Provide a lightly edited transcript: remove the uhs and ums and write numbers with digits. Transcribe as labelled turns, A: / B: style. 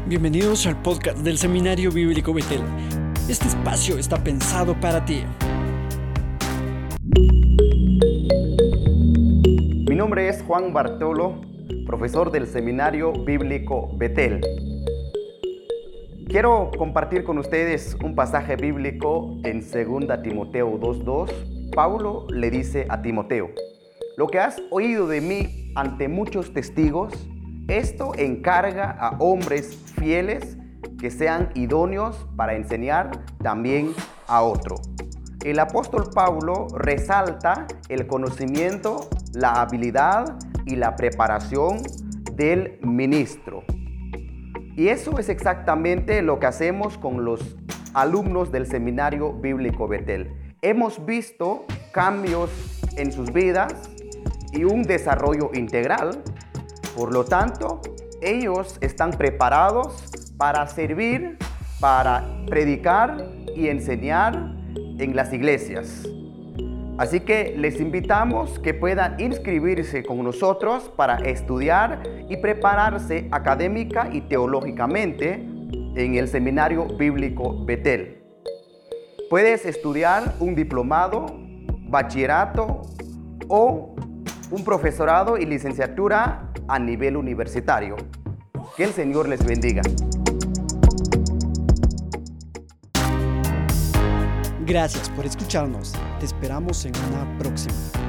A: Bienvenidos al podcast del Seminario Bíblico Betel. Este espacio está pensado para ti.
B: Mi nombre es Juan Bartolo, profesor del Seminario Bíblico Betel. Quiero compartir con ustedes un pasaje bíblico en 2 Timoteo 2:2. Pablo le dice a Timoteo: lo que has oído de mí ante muchos testigos, esto encarga a hombres fieles que sean idóneos para enseñar también a otro. El apóstol Pablo resalta el conocimiento, la habilidad y la preparación del ministro. Y eso es exactamente lo que hacemos con los alumnos del Seminario Bíblico Betel. Hemos visto cambios en sus vidas y un desarrollo integral. Por lo tanto, ellos están preparados para servir, para predicar y enseñar en las iglesias. Así que les invitamos que puedan inscribirse con nosotros para estudiar y prepararse académica y teológicamente en el Seminario Bíblico Betel. Puedes estudiar un diplomado, bachillerato o un profesorado y licenciatura a nivel universitario. Que el Señor les bendiga.
A: Gracias por escucharnos. Te esperamos en una próxima.